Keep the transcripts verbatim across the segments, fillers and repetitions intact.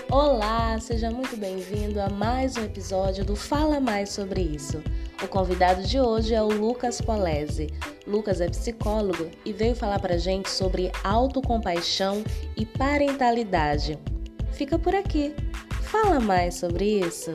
Olá, seja muito bem-vindo a mais um episódio do Fala Mais Sobre Isso. O convidado de hoje é o Lucas Polese. Lucas é psicólogo e veio falar pra gente sobre autocompaixão e parentalidade. Fica por aqui. Fala mais sobre isso.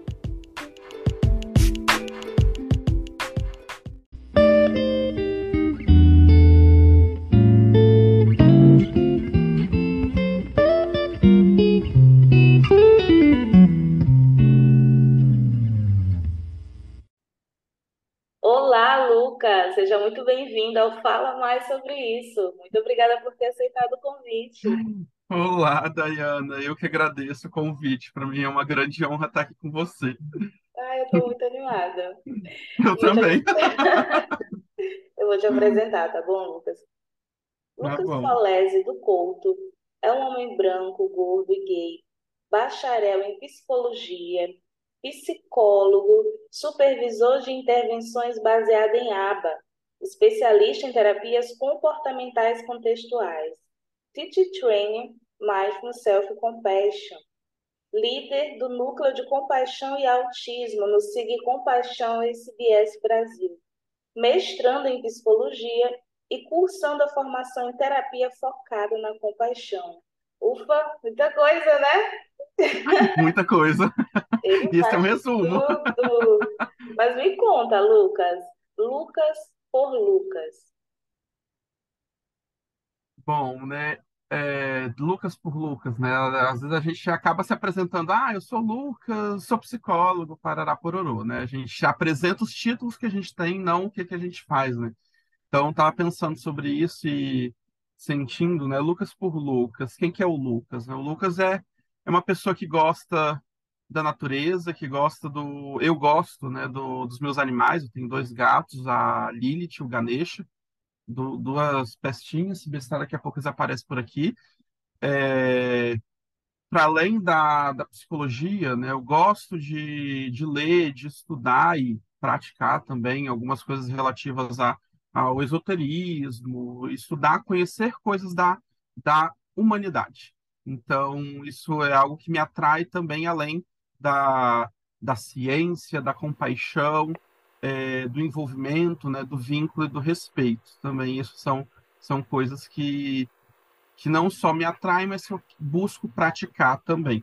Olá, Lucas! Seja muito bem-vindo ao Fala Mais Sobre Isso. Muito obrigada por ter aceitado o convite. Olá, Dayana. Eu que agradeço o convite. Para mim é uma grande honra estar aqui com você. Ah, eu estou muito animada. Eu Eu vou te, também. eu vou te apresentar, tá bom, Lucas? Tá Lucas bom. Polese do Couto é um homem branco, gordo e gay, bacharel em psicologia, psicólogo, supervisor de intervenções baseado em ABA, especialista em terapias comportamentais contextuais, teacher training, mindfulness self-compassion, líder do Núcleo de Compaixão e Autismo no SIG Compaixão S B S Brasil, mestrando em psicologia e cursando a formação em terapia focada na compaixão. Ufa, muita coisa, né? Muita coisa. Ele Isso é um faz resumo. tudo. Mas me conta, Lucas. Lucas por Lucas. Bom, né? é, Lucas por Lucas, né? Às vezes a gente acaba se apresentando, ah, eu sou Lucas, sou psicólogo, parará, pororô, né? A gente apresenta os títulos que a gente tem, não o que que a gente faz, né? Então, estava pensando sobre isso e sentindo, né? Lucas por Lucas. Quem que é o Lucas, né? O Lucas é, é uma pessoa que gosta da natureza, que gosta do... Eu gosto, né, do, dos meus animais. Eu tenho dois gatos, a Lilith e o Ganesha, du- duas pestinhas. Se bestar, daqui a pouco eles aparecem por aqui. É, para além da, da psicologia, né, eu gosto de, de ler, de estudar e praticar também algumas coisas relativas a, ao esoterismo, estudar, conhecer coisas da, da humanidade. Então, isso é algo que me atrai também, além da, da ciência, da compaixão, é, do envolvimento, né, do vínculo e do respeito. Também isso são, são coisas que que não só me atrai, mas que eu busco praticar também.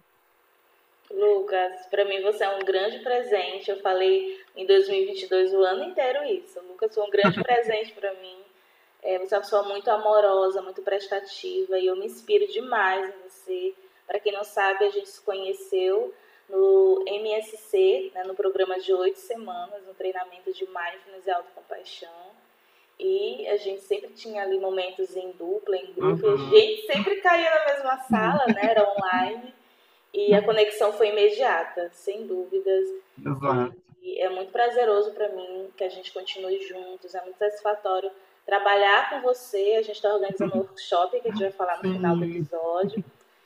Lucas, para mim você é um grande presente. Eu falei em dois mil e vinte e dois o ano inteiro isso. Lucas foi um grande presente para mim. É, você é uma pessoa muito amorosa, muito prestativa e eu me inspiro demais em você. Para quem não sabe, a gente se conheceu no M S C, né, no programa de oito semanas, no treinamento de Mindfulness e Autocompaixão. E a gente sempre tinha ali momentos em dupla, em grupo, e a Uhum. gente sempre caía na mesma sala, né? Era online. E a conexão foi imediata, sem dúvidas. E, Exato. e é muito prazeroso para mim que a gente continue juntos, é muito satisfatório trabalhar com você. A gente está organizando um workshop que a gente vai falar no final do Sim. episódio.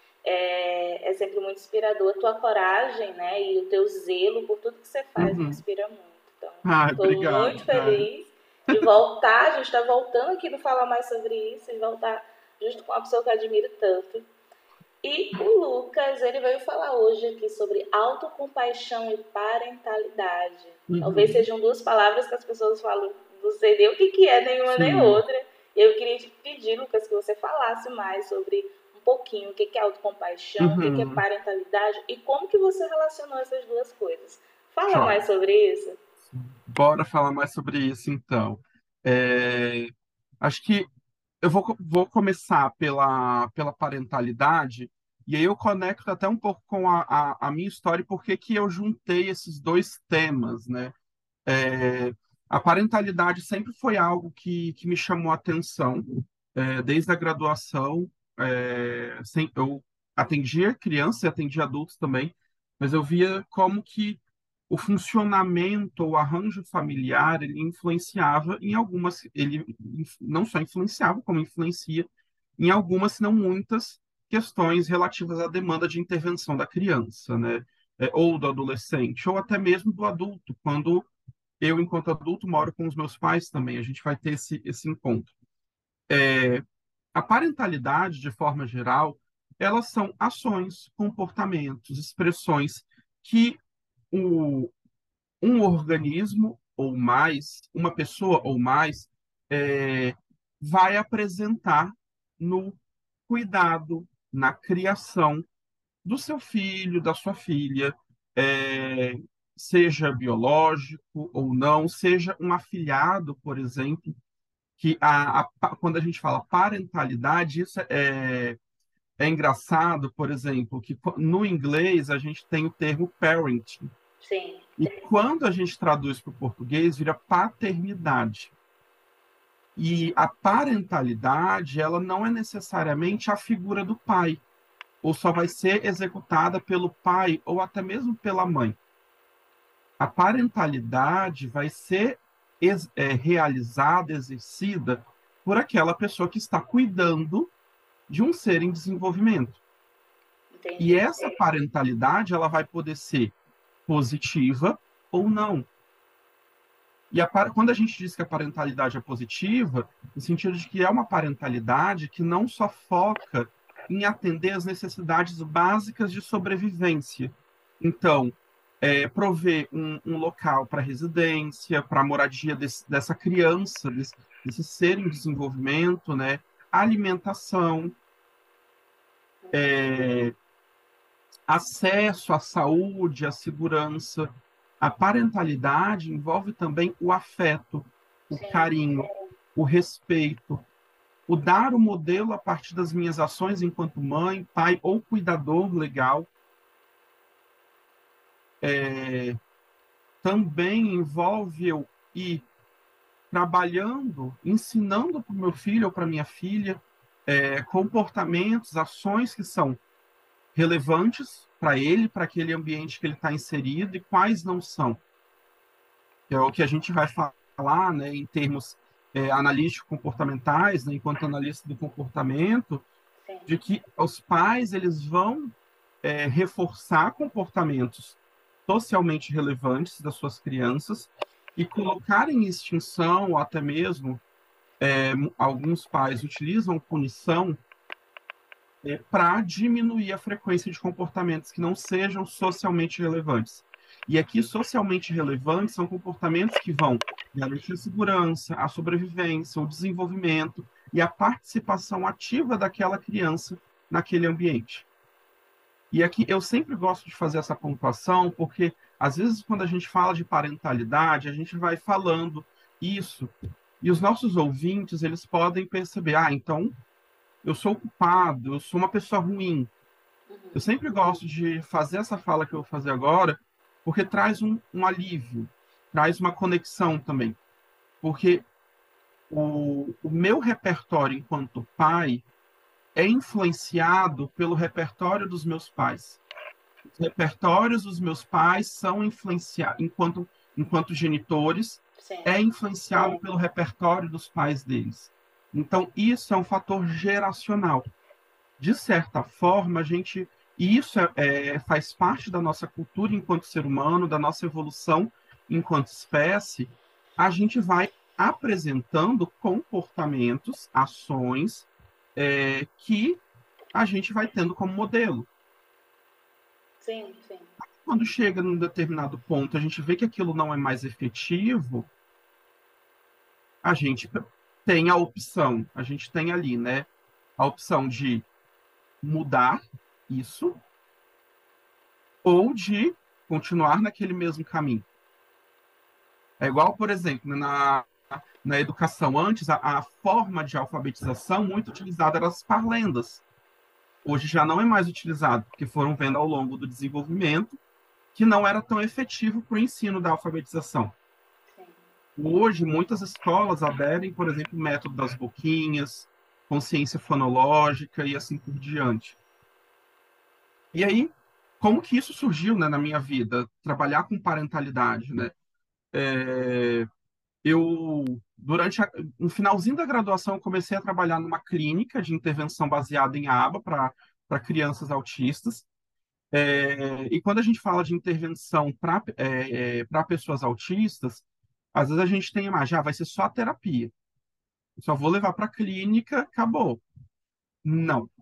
É, é sempre muito inspirador. A tua coragem, né, e o teu zelo por tudo que você faz me Uhum. inspira muito. Então, Ai, estou obrigado, muito Dai. feliz de voltar. A gente está voltando aqui para falar mais sobre isso, de voltar justo com uma pessoa que eu admiro tanto. E o Lucas, ele veio falar hoje aqui sobre autocompaixão e parentalidade. Talvez Uhum. sejam duas palavras que as pessoas falam, não sei nem o que, que é nenhuma nem Sim. outra. E eu queria te pedir, Lucas, que você falasse mais sobre um pouquinho o que, que é autocompaixão, o que, que é Uhum. parentalidade e como que você relacionou essas duas coisas. Fala mais Joia. sobre isso. Bora falar mais sobre isso, então. É, Acho que eu vou, co- vou começar pela, pela parentalidade, e aí eu conecto até um pouco com a, a, a minha história e por que que eu juntei esses dois temas, né? É, a parentalidade sempre foi algo que, que me chamou a atenção, é, desde a graduação. É, sem, eu atendia crianças e atendia adultos também, mas eu via como que o funcionamento, o arranjo familiar, ele influenciava em algumas, ele inf- não só influenciava, como influencia em algumas, se não muitas, questões relativas à demanda de intervenção da criança, né? É, ou do adolescente, ou até mesmo do adulto, quando eu, enquanto adulto, moro com os meus pais também. A gente vai ter esse, esse encontro. A parentalidade, de forma geral, elas são ações, comportamentos, expressões que o, um organismo ou mais, uma pessoa ou mais, é, vai apresentar no cuidado, na criação do seu filho, da sua filha, é, seja biológico ou não, seja um afilhado, por exemplo, que a, a- quando a gente fala parentalidade, isso é, é engraçado, por exemplo, que no inglês a gente tem o termo parenting, Sim, e quando a gente traduz para o português, vira paternidade. E a parentalidade, ela não é necessariamente a figura do pai, ou só vai ser executada pelo pai ou até mesmo pela mãe. A parentalidade vai ser ex- é, realizada, exercida por aquela pessoa que está cuidando de um ser em desenvolvimento. E entendi. essa parentalidade, ela vai poder ser positiva ou não. E a, quando a gente diz que a parentalidade é positiva, no sentido de que é uma parentalidade que não só foca em atender às necessidades básicas de sobrevivência. Então, é, prover um, um local para residência, para a moradia desse, dessa criança, desse, desse ser em desenvolvimento, né? Alimentação, é, acesso à saúde, à segurança. A parentalidade envolve também o afeto, o Sim, carinho, o respeito, o dar o modelo a partir das minhas ações enquanto mãe, pai ou cuidador legal. É, também envolve eu ir trabalhando, ensinando para o meu filho ou para minha filha é, comportamentos, ações que são relevantes para ele, para aquele ambiente que ele está inserido e quais não são. É o que a gente vai falar, né, em termos é, analítico-comportamentais, né, enquanto analista do comportamento, sim, de que os pais eles vão é, reforçar comportamentos socialmente relevantes das suas crianças e colocar em extinção, ou até mesmo é, alguns pais utilizam punição é, para diminuir a frequência de comportamentos que não sejam socialmente relevantes. E aqui, socialmente relevantes são comportamentos que vão garantir a segurança, a sobrevivência, o desenvolvimento e a participação ativa daquela criança naquele ambiente. E aqui eu sempre gosto de fazer essa pontuação, porque às vezes quando a gente fala de parentalidade, a gente vai falando isso, e os nossos ouvintes, eles podem perceber, ah, então eu sou culpado, eu sou uma pessoa ruim. Eu sempre gosto de fazer essa fala que eu vou fazer agora, porque traz um, um alívio, traz uma conexão também. Porque o, o meu repertório enquanto pai é influenciado pelo repertório dos meus pais. Os repertórios dos meus pais são influenciados, enquanto, enquanto genitores, sim, é influenciado pelo repertório dos pais deles. Então, isso é um fator geracional. De certa forma, a gente. E isso é, é, faz parte da nossa cultura enquanto ser humano, da nossa evolução enquanto espécie. A gente vai apresentando comportamentos, ações, é, que a gente vai tendo como modelo. sim, sim, Quando chega num determinado ponto, a gente vê que aquilo não é mais efetivo, a gente tem a opção, a gente tem ali, né, a opção de mudar isso ou de continuar naquele mesmo caminho. É igual, por exemplo, na, na educação antes, a, a forma de alfabetização muito utilizada eram as parlendas. Hoje já não é mais utilizado, porque foram vendo ao longo do desenvolvimento que não era tão efetivo para o ensino da alfabetização. sim. Hoje, muitas escolas aderem, por exemplo, o método das boquinhas, consciência fonológica e assim por diante. E aí, como que isso surgiu, né, na minha vida? Trabalhar com parentalidade, né? É, eu, durante a, no finalzinho da graduação, eu comecei a trabalhar numa clínica de intervenção baseada em aba para para crianças autistas. É, e quando a gente fala de intervenção para é, é, para pessoas autistas, às vezes a gente tem a imagem, ah, vai ser só a terapia. Eu só vou levar para a clínica, acabou. Não.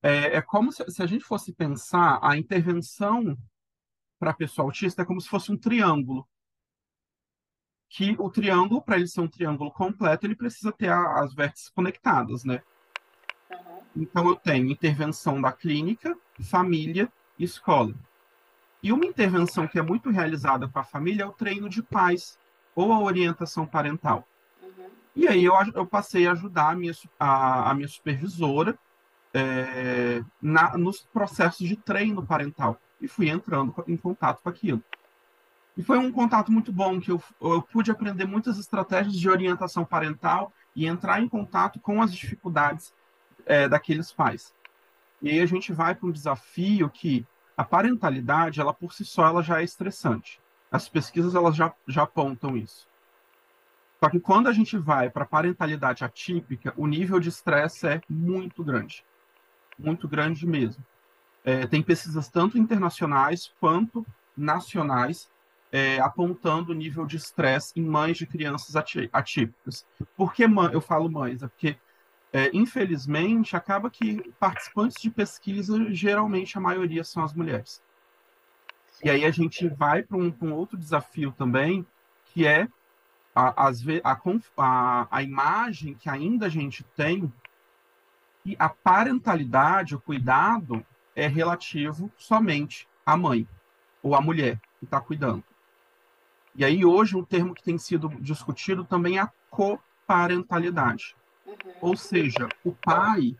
É, é como se, se a gente fosse pensar a intervenção para a pessoa autista é como se fosse um triângulo, que o triângulo, para ele ser um triângulo completo, ele precisa ter a- as vértices conectadas, né? Aham, Então, eu tenho intervenção da clínica, família e escola. E uma intervenção que é muito realizada com a família é o treino de pais ou a orientação parental. uhum, E aí eu, aj- eu passei a ajudar a minha, su- a, a minha supervisora é, na, nos processos de treino parental. E fui entrando co- em contato com aquilo. E foi um contato muito bom, que eu, eu pude aprender muitas estratégias de orientação parental e entrar em contato com as dificuldades é, daqueles pais. E aí a gente vai para um desafio que a parentalidade, ela por si só, ela já é estressante. As pesquisas elas já, já apontam isso. Só que quando a gente vai para a parentalidade atípica, o nível de estresse é muito grande. Muito grande mesmo. É, tem pesquisas tanto internacionais quanto nacionais é, apontando o nível de estresse em mães de crianças ati- atípicas. Por que mãe, eu falo mães? É porque, é, infelizmente, acaba que participantes de pesquisa, geralmente a maioria são as mulheres. E sim. aí a gente vai para um, pra um outro desafio também, que é a, as ve- a, conf- a, a imagem que ainda a gente tem e a parentalidade, o cuidado, é relativo somente à mãe ou à mulher que está cuidando. E aí, hoje, um termo que tem sido discutido também é a coparentalidade. Ou Uhum, seja, o pai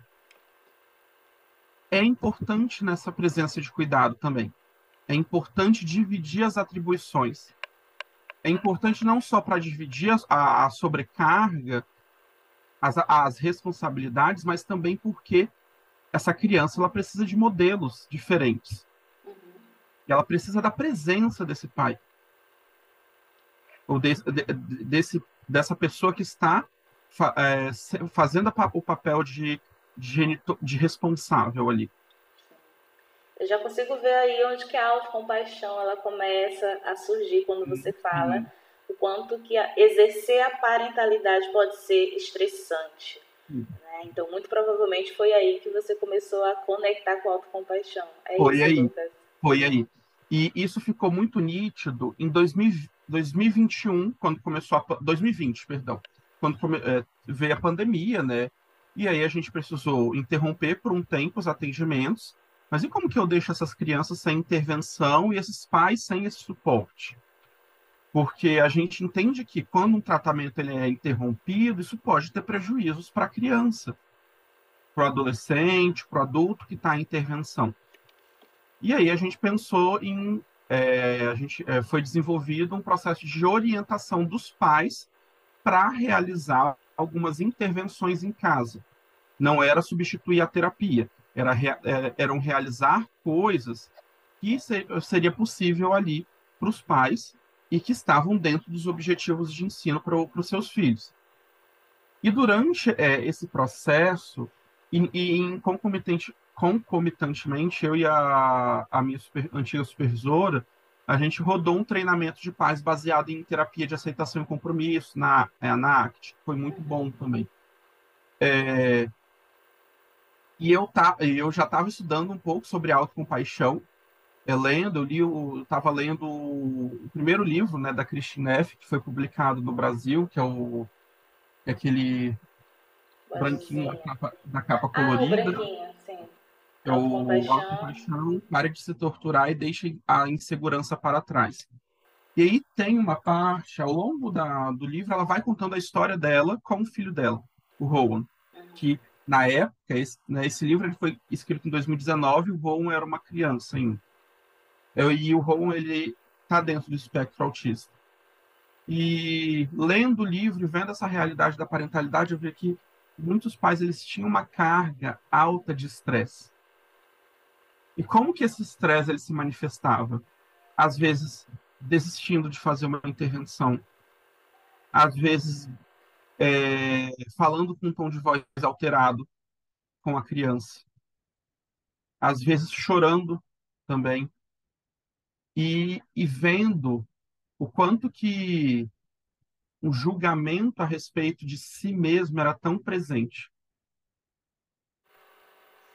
é importante nessa presença de cuidado também. É importante dividir as atribuições. É importante não só para dividir a, a sobrecarga, as, as responsabilidades, mas também porque essa criança ela precisa de modelos diferentes. uhum. E ela precisa da presença desse pai, ou desse, de- desse dessa pessoa que está fa- é, se- fazendo a pa- o papel de, de, genito- de responsável ali. Eu já consigo ver aí onde que a autocompaixão ela começa a surgir quando você fala Sim, o quanto que a- exercer a parentalidade pode ser estressante, sim. né? Então, muito provavelmente foi aí que você começou a conectar com a autocompaixão. É Foi isso, aí, Lucas? foi aí. E isso ficou muito nítido em dois mil, dois mil e vinte e um, quando começou a, pa- dois mil e vinte, perdão, quando come- é, veio a pandemia, né? E aí a gente precisou interromper por um tempo os atendimentos. Mas e como que eu deixo essas crianças sem intervenção e esses pais sem esse suporte? Porque a gente entende que quando um tratamento ele é interrompido, isso pode ter prejuízos para a criança, para o adolescente, para o adulto que está em intervenção. E aí a gente pensou em, é, a gente é, foi desenvolvido um processo de orientação dos pais para realizar algumas intervenções em casa. Não era substituir a terapia, era, rea- é, eram realizar coisas que se- seria possível ali para os pais e que estavam dentro dos objetivos de ensino para os seus filhos. E durante é, esse processo, e, e em concomitante, concomitantemente, eu e a, a minha super- antiga supervisora, a gente rodou um treinamento de pais baseado em terapia de aceitação e compromisso na, é, na ACT, que foi muito bom também. E eu, tá, eu já estava estudando um pouco sobre autocompaixão, é, lendo, eu li, eu estava lendo o, o primeiro livro, né, da Christine Neff, que foi publicado no Brasil, que é o, é aquele O branquinho da azulzinho. capa, da capa Ah, o colorida. branquinho, sim. É o Autocompaixão. autocompaixão, pare de se torturar e deixe a insegurança para trás. E aí tem uma parte, ao longo da, do livro, ela vai contando a história dela com o filho dela, o Rowan, que na época, esse, né, esse livro ele foi escrito em dois mil e dezenove, o Rowan era uma criança ainda. Eu- E o Rowan, ele está dentro do espectro autista. E lendo o livro e vendo essa realidade da parentalidade, eu vi que muitos pais eles tinham uma carga alta de estresse. E como que esse estresse ele se manifestava? Às vezes desistindo de fazer uma intervenção, às vezes é, falando com um tom de voz alterado com a criança, às vezes chorando também, e, e vendo o quanto que o julgamento a respeito de si mesmo era tão presente.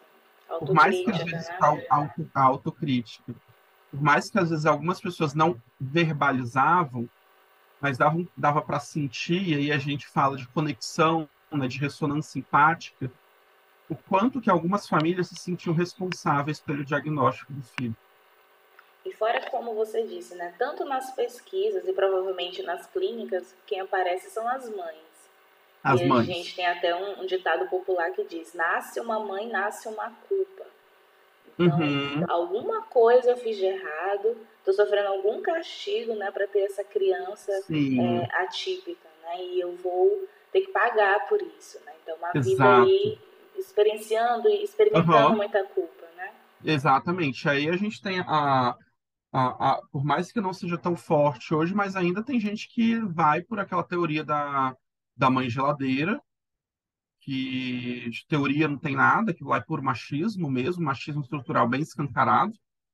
Por mais que às Autocrítica, vezes né? a, auto, a autocrítica, por mais que às vezes algumas pessoas não verbalizavam, mas dava, dava para sentir, e aí a gente fala de conexão, né, de ressonância empática, o quanto que algumas famílias se sentiam responsáveis pelo diagnóstico do filho. E fora como você disse, né? Tanto nas pesquisas e provavelmente nas clínicas, quem aparece são as mães. E As a gente mães. tem até um, um ditado popular que diz: nasce uma mãe, nasce uma culpa. Então, Uhum, alguma coisa eu fiz de errado, estou sofrendo algum castigo, né, para ter essa criança é, sim, atípica, né? E eu vou ter que pagar por isso, né? Então, uma vida exato. aí experienciando e experimentando Uhum, muita culpa, né? exatamente. Aí a gente tem a, a, a, por mais que não seja tão forte hoje, mas ainda tem gente que vai por aquela teoria da, da mãe geladeira, que de teoria não tem nada, que vai por machismo mesmo, machismo estrutural bem escancarado,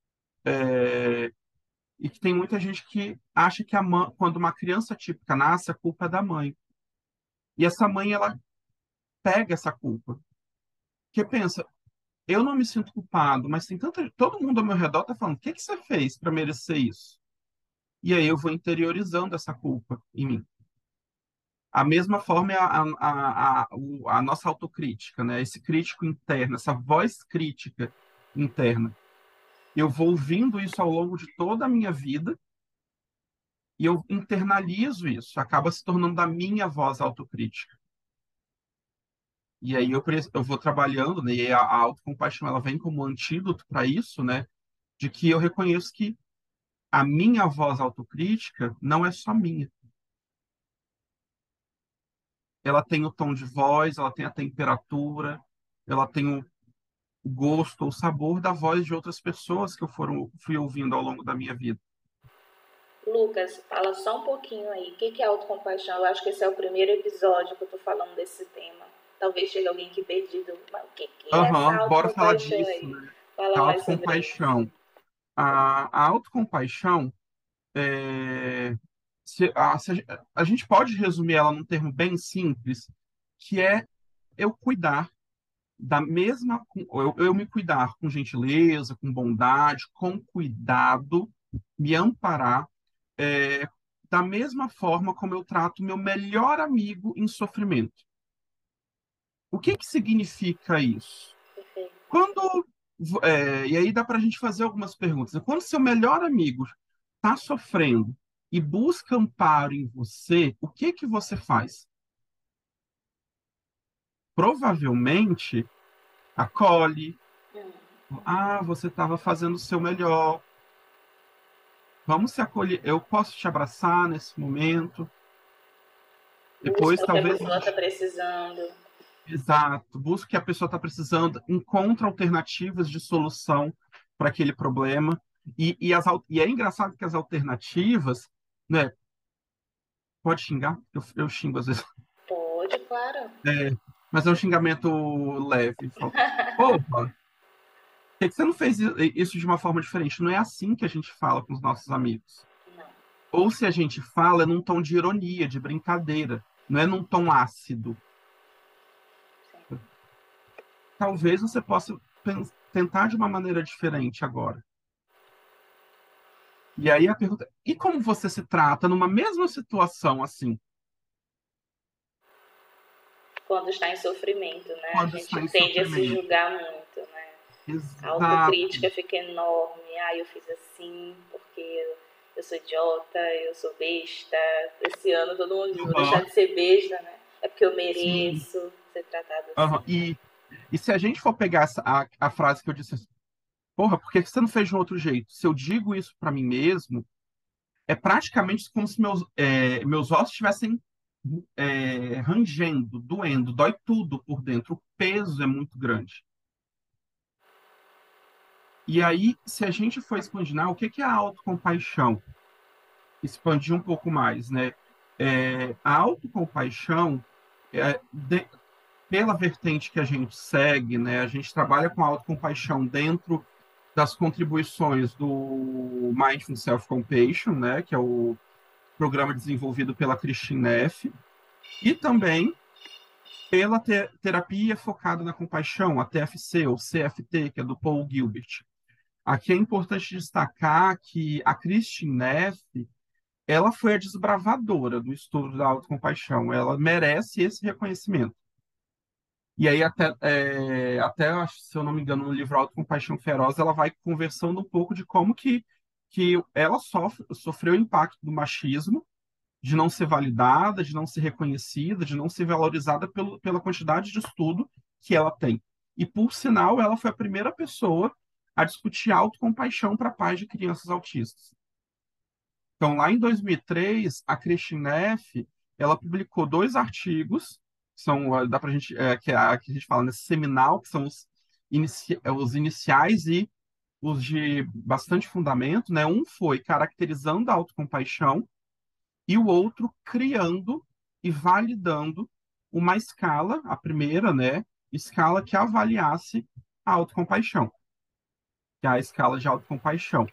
e que tem muita gente que acha que a mãe, quando uma criança típica nasce, a culpa é da mãe. E essa mãe, ela pega essa culpa. Porque pensa, eu não me sinto culpado, mas tem tanta, todo mundo ao meu redor tá falando, o que que você fez para merecer isso? E aí eu vou interiorizando essa culpa em mim. A mesma forma é a, a, a, a, o- a nossa autocrítica, né? Esse crítico interno, essa voz crítica interna. Eu vou ouvindo isso ao longo de toda a minha vida e eu internalizo isso, acaba se tornando a minha voz autocrítica. E aí eu, pre- eu vou trabalhando, né? E a, a autocompaixão ela vem como antídoto para isso, né? De que eu reconheço que a minha voz autocrítica não é só minha. Ela tem o tom de voz, ela tem a temperatura, ela tem o gosto, o sabor da voz de outras pessoas que eu foram, fui ouvindo ao longo da minha vida. Lucas, fala só um pouquinho aí. O que é autocompaixão? Eu acho que esse é o primeiro episódio que eu tô falando desse tema. Talvez chegue alguém aqui perdido. Mas o que é essa Aham, bora falar autocompaixão disso, aí? né? Fala A mais sobre isso. autocompaixão. A, a autocompaixão, é, se, a, se a, a gente pode resumir ela num termo bem simples, que é eu cuidar da mesma, eu, eu me cuidar com gentileza, com bondade, com cuidado, me amparar, é, da mesma forma como eu trato meu melhor amigo em sofrimento. O que que significa isso? Perfeito. Quando, é, e aí dá para a gente fazer algumas perguntas. Quando seu melhor amigo está sofrendo e busca amparo em você, o que que você faz? Provavelmente acolhe. Hum. Ah, você estava fazendo o seu melhor. Vamos se acolher. Eu posso te abraçar nesse momento. Depois, Busca o que a talvez a pessoa está gente. precisando. Exato. Busque o que a pessoa está precisando. Encontre alternativas de solução para aquele problema. E, e, as, al- e é engraçado que as alternativas, né? Pode xingar? Eu, eu xingo às vezes. Pode, claro. É, mas é um xingamento leve. Fala, porra, por que que você não fez isso de uma forma diferente? Não é assim que a gente fala com os nossos amigos. Não. Ou se a gente fala, é num tom de ironia, de brincadeira, não é num tom ácido. Sim. Talvez você possa pen- tentar de uma maneira diferente agora. E aí a pergunta, e como você se trata numa mesma situação assim, Quando está em sofrimento, né? A quando gente está em tende a se sofrimento? julgar muito, né? A Exato. autocrítica fica enorme. Ah, eu fiz assim porque eu sou idiota, eu sou besta. Esse ano todo mundo diz, vou deixar Aham, de ser besta, né? É porque eu sim. mereço ser tratado assim. Aham. E, e se a gente for pegar essa, a, a frase que eu disse, assim, porra, por que que você não fez de um outro jeito? Se eu digo isso para mim mesmo, é praticamente como se meus, é, meus ossos estivessem é, rangendo, doendo, dói tudo por dentro, o peso é muito grande. E aí, se a gente for expandir, ah, o que que é a autocompaixão? Expandir um pouco mais, né? É, a autocompaixão, é, de- pela vertente que a gente segue, né? A gente trabalha com a autocompaixão dentro das contribuições do Mindful Self-Compassion, né? Que é o programa desenvolvido pela Christine Neff, e também pela te- terapia focada na compaixão, a T F C ou C F T, que é do Paul Gilbert. Aqui é importante destacar que a Christine Neff, ela foi a desbravadora do estudo da autocompaixão. Ela merece esse reconhecimento. E aí, até, é, até acho, se eu não me engano, no livro Autocompaixão Feroz, ela vai conversando um pouco de como que, que ela sofre, sofreu o impacto do machismo, de não ser validada, de não ser reconhecida, de não ser valorizada pelo, pela quantidade de estudo que ela tem. E, por sinal, ela foi a primeira pessoa a discutir autocompaixão para pais de crianças autistas. Então, lá em dois mil e três, a Christine Neff, ela publicou dois artigos, que são, eh, dá pra gente, é, que, é a, que a gente fala nesse seminal, que são os, inici, eh, os iniciais e os de bastante fundamento, né? Um foi caracterizando a autocompaixão e o outro criando e validando uma escala, a primeira, né? Escala que avaliasse a autocompaixão, que é a escala de autocompaixão.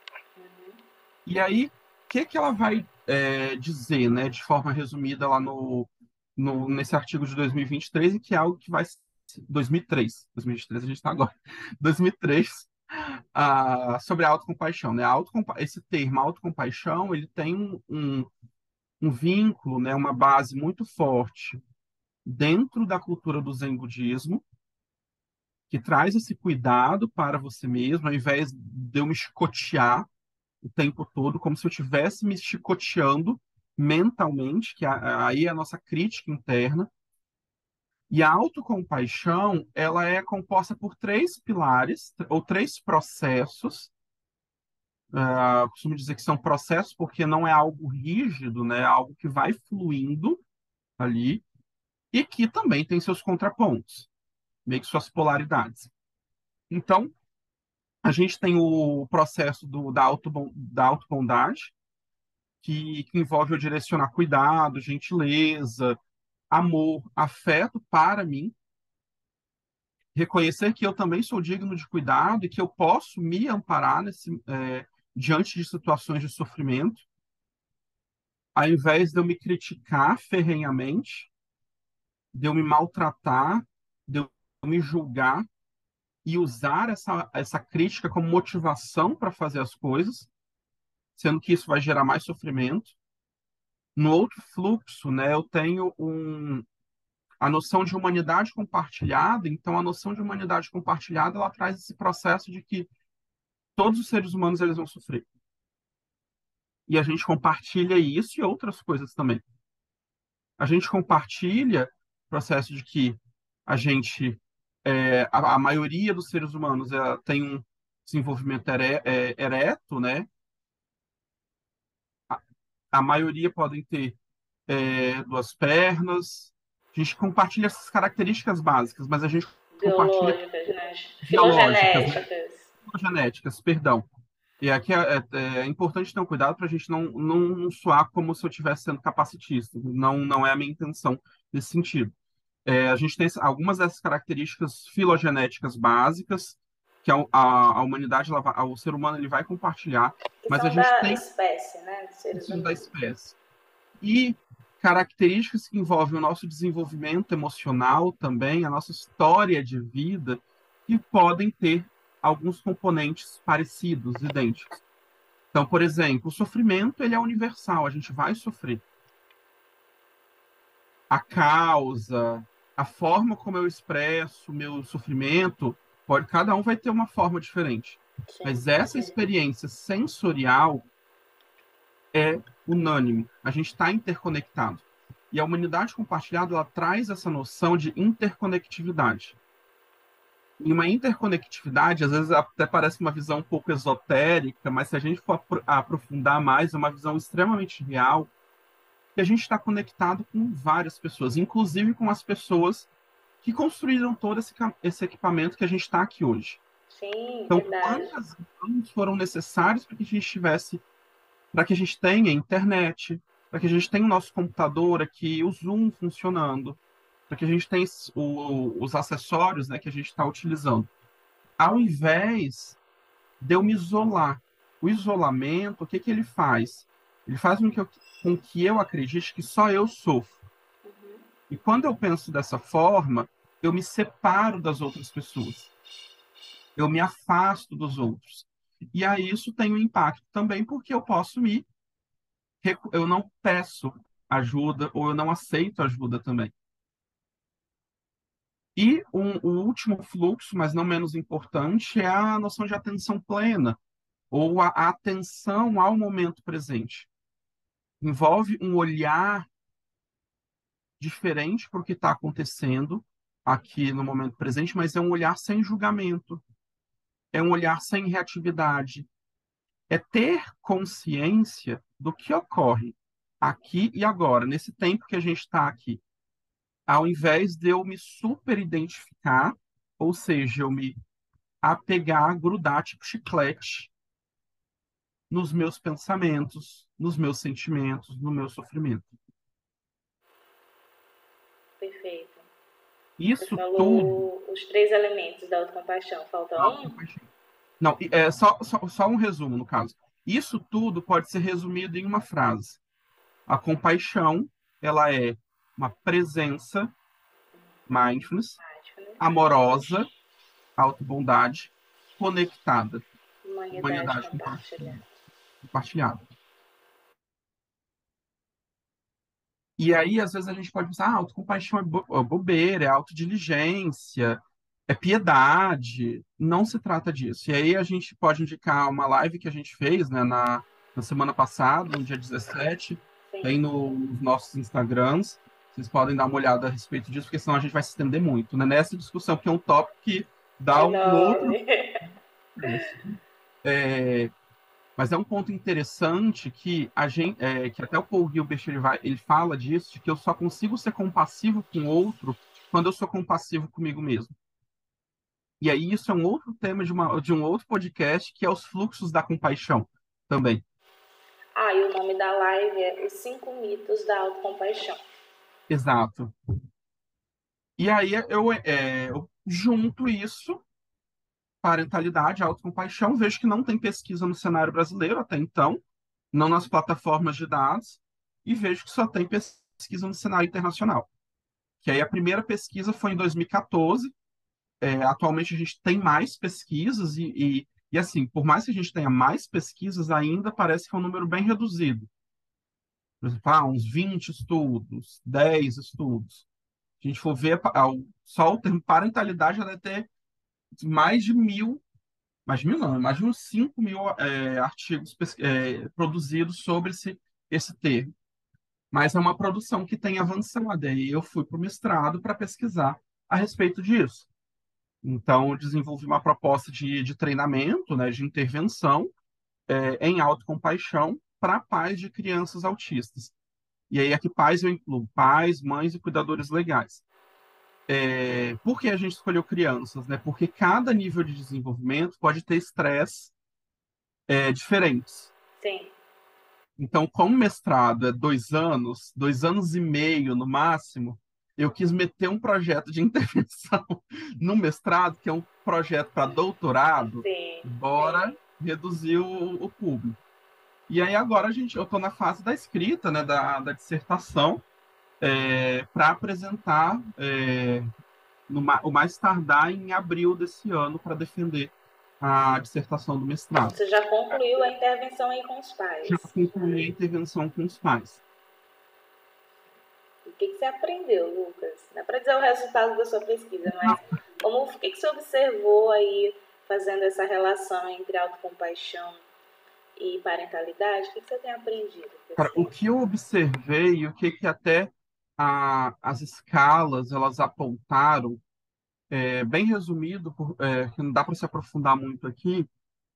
E aí, o que que ela vai é, dizer, né, de forma resumida lá no, no, nesse artigo de dois mil e vinte e três, e que é algo que vai dois mil e três, dois mil e vinte e três a gente está agora, dois mil e três, ah, sobre a autocompaixão, né? A autocompa esse termo autocompaixão, ele tem um, um, um vínculo, né, uma base muito forte dentro da cultura do Zen budismo, que traz esse cuidado para você mesmo, ao invés de eu me chicotear o tempo todo, como se eu estivesse me chicoteando mentalmente, que a- aí é a nossa crítica interna. E a autocompaixão, ela é composta por três pilares, ou três processos. Ah, eu costumo dizer que são processos porque não é algo rígido, né? É algo que vai fluindo ali, e que também tem seus contrapontos, meio que suas polaridades. Então, a gente tem o processo do, da, auto, da autobondade, que, que envolve eu direcionar cuidado, gentileza, amor, afeto para mim, reconhecer que eu também sou digno de cuidado e que eu posso me amparar nesse, é, diante de situações de sofrimento, ao invés de eu me criticar ferrenhamente, de eu me maltratar, de eu me julgar e usar essa, essa crítica como motivação para fazer as coisas, sendo que isso vai gerar mais sofrimento. No outro fluxo, né, eu tenho um, a noção de humanidade compartilhada. Então, a noção de humanidade compartilhada, ela traz esse processo de que todos os seres humanos eles vão sofrer. E a gente compartilha isso e outras coisas também. A gente compartilha o processo de que a gente, é, a, a maioria dos seres humanos ela tem um desenvolvimento ere, é, ereto, né? A, a maioria podem ter é, duas pernas. A gente compartilha essas características básicas, mas a gente compartilha Biológicas, né? biológicas, né? Filogenéticas. Genéticas, perdão. E aqui é, é- é importante ter um cuidado para a gente não, não soar como se eu estivesse sendo capacitista. Não, não é a minha intenção nesse sentido. É, a gente tem algumas dessas características filogenéticas básicas que a, a, a humanidade, ela vai- o ser humano, ele vai compartilhar, Que mas a são gente da tem espécie, né? De o seres ensino da humanos. espécie. E características que envolvem o nosso desenvolvimento emocional também, a nossa história de vida, que podem ter alguns componentes parecidos, idênticos. Então, por exemplo, o sofrimento ele é universal, a gente vai sofrer. A causa, a forma como eu expresso o meu sofrimento, pode, cada um vai ter uma forma diferente. Sim. Mas essa experiência sensorial é unânime. A gente está interconectado. E a humanidade compartilhada ela traz essa noção de interconectividade. E uma interconectividade, às vezes até parece uma visão um pouco esotérica, mas se a gente for apro- aprofundar mais, é uma visão extremamente real, que a gente está conectado com várias pessoas, inclusive com as pessoas que construíram todo esse, ca- esse equipamento que a gente está aqui hoje. Sim, Então, verdade. quantas mãos foram necessárias para que a gente tivesse, para que a gente tenha internet, para que a gente tenha o nosso computador aqui, o Zoom funcionando, para que a gente tenha esse- o- os acessórios, né, que a gente está utilizando. Ao invés de eu me isolar. O isolamento, o que que ele faz? Ele faz com que eu, com que eu acredite que só eu sofro. E quando eu penso dessa forma, eu me separo das outras pessoas, eu me afasto dos outros. E aí isso tem um impacto também, porque eu posso me. recu- Eu não peço ajuda ou eu não aceito ajuda também. E um- o último fluxo, mas não menos importante, é a noção de atenção plena, ou a a atenção ao momento presente. Envolve um olhar diferente para o que está acontecendo aqui no momento presente, mas é um olhar sem julgamento, é um olhar sem reatividade, é ter consciência do que ocorre aqui e agora, nesse tempo que a gente está aqui, ao invés de eu me super identificar, ou seja, eu me apegar, grudar tipo chiclete nos meus pensamentos, nos meus sentimentos, no meu sofrimento. Perfeito. Você Isso tudo, falou os três elementos da autocompaixão. Falta um? autocompaixão. Não, e- é só, só, só um resumo, no caso. Isso tudo pode ser resumido em uma frase. A compaixão, ela é uma presença, mindfulness, Mindfulness. amorosa, autobondade, conectada, Humanidade humanidade compartilhada. compartilhada. E aí, às vezes, a gente pode pensar, ah, autocompaixão é bo- é bobeira, é autodiligência, é piedade. Não se trata disso. E aí a gente pode indicar uma live que a gente fez, né, na, na semana passada, no dia dezessete, Sim. tem no- nos nossos Instagrams. Vocês podem dar uma olhada a respeito disso, porque senão a gente vai se estender muito, né, nessa discussão, que é um tópico que dá um outro. Enorme. É, mas é um ponto interessante que a gente, é, que até o Paul Gilbert ele vai, ele fala disso, de que eu só consigo ser compassivo com o outro quando eu sou compassivo comigo mesmo. E aí isso é um outro tema de, uma, de um outro podcast, que é os fluxos da compaixão também. Ah, e o nome da live é Os Cinco Mitos da Autocompaixão. Exato. E aí eu, é, eu junto isso, parentalidade, autocompaixão, vejo que não tem pesquisa no cenário brasileiro até então, não nas plataformas de dados, e vejo que só tem pesquisa no cenário internacional. Que aí a primeira pesquisa foi em dois mil e quatorze. É, atualmente a gente tem mais pesquisas e, e, e, assim, por mais que a gente tenha mais pesquisas, ainda parece que é um número bem reduzido. Por exemplo, ah, uns vinte estudos, dez estudos. Se a gente for ver, ah, o- só o termo parentalidade já deve ter mais de mil, mais de mil não, mais de uns cinco mil é, artigos pes- é, produzidos sobre esse, esse termo. Mas é uma produção que tem avançado. E eu fui para o mestrado para pesquisar a respeito disso. Então, eu desenvolvi uma proposta de, de treinamento, né, de intervenção é, em autocompaixão para pais de crianças autistas. E aí, aqui, pais eu incluo pais, mães e cuidadores legais. É, por que a gente escolheu crianças? Né? Porque cada nível de desenvolvimento pode ter estresse é, diferentes. Sim. Então, como mestrado é dois anos, dois anos e meio no máximo, eu quis meter um projeto de intervenção no mestrado, que é um projeto para doutorado, Sim. bora reduzir o, o público. E aí agora a gente, eu estou na fase da escrita, né, da, da dissertação, é, para apresentar é, no, ma- o mais tardar em abril desse ano para defender a dissertação do mestrado. Você já concluiu a intervenção aí com os Já pais. concluí a intervenção com os pais. O que, que você aprendeu, Lucas? Não é para dizer o resultado da sua pesquisa, mas como, o que, que você observou aí fazendo essa relação entre autocompaixão e parentalidade? O que, que você tem aprendido com esse Cara, o tema? que eu observei e o que, que até a, as escalas elas apontaram, é, bem resumido, por- é, que não dá para se aprofundar muito aqui,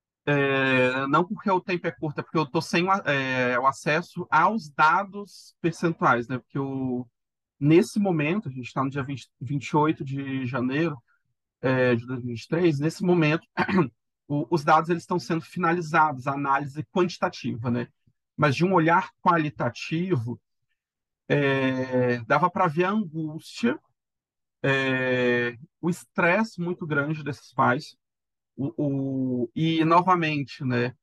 é, não porque o tempo é curto, é porque eu estou sem o, a- é, o acesso aos dados percentuais, né? Porque eu, nesse momento, a gente está no dia vinte vinte e oito de janeiro, é, de dois mil e vinte e três, nesse momento, o- os dados eles estão sendo finalizados, a análise quantitativa, né? Mas de um olhar qualitativo, é, dava para ver a angústia, é, o estresse muito grande desses pais, o, o- e novamente, né,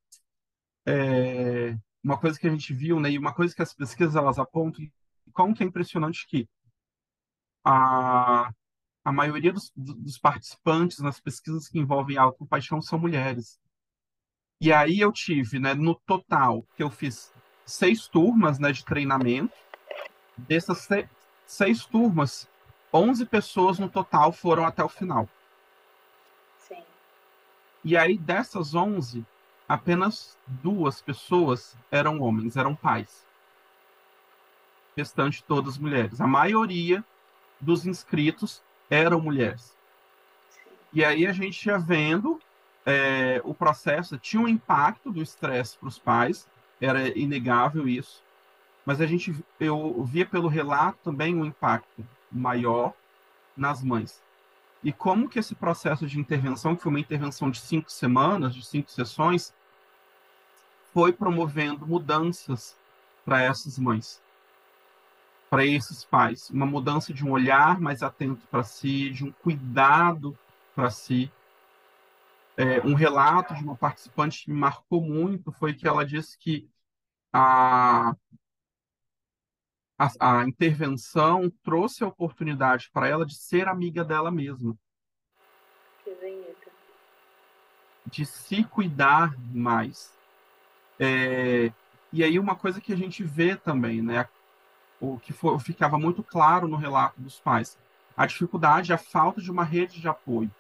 é, uma coisa que a gente viu, né, e uma coisa que as pesquisas elas apontam, e como que é impressionante que a, a maioria dos, dos participantes nas pesquisas que envolvem autocompaixão são mulheres. E aí eu tive, né, no total, que eu fiz seis turmas, né, de treinamento. Dessas se- seis turmas, onze pessoas no total foram até o final. Sim. E aí, dessas onze, apenas duas pessoas eram homens, eram pais. O restante, todas mulheres. A maioria dos inscritos eram mulheres. E aí a gente ia vendo é, o processo, tinha um impacto do estresse para os pais, era inegável isso, mas a gente, eu via pelo relato também um impacto maior nas mães. E como que esse processo de intervenção, que foi uma intervenção de cinco semanas, de cinco sessões, foi promovendo mudanças para essas mães, para esses pais. Uma mudança de um olhar mais atento para si, de um cuidado para si. É, um relato de uma participante que me marcou muito foi que ela disse que a, a, a intervenção trouxe a oportunidade para ela de ser amiga dela mesma, Que bonito. de se cuidar mais. É, e aí uma coisa que a gente vê também, né, o que foi, ficava muito claro no relato dos pais, a dificuldade, a falta de uma rede de apoio.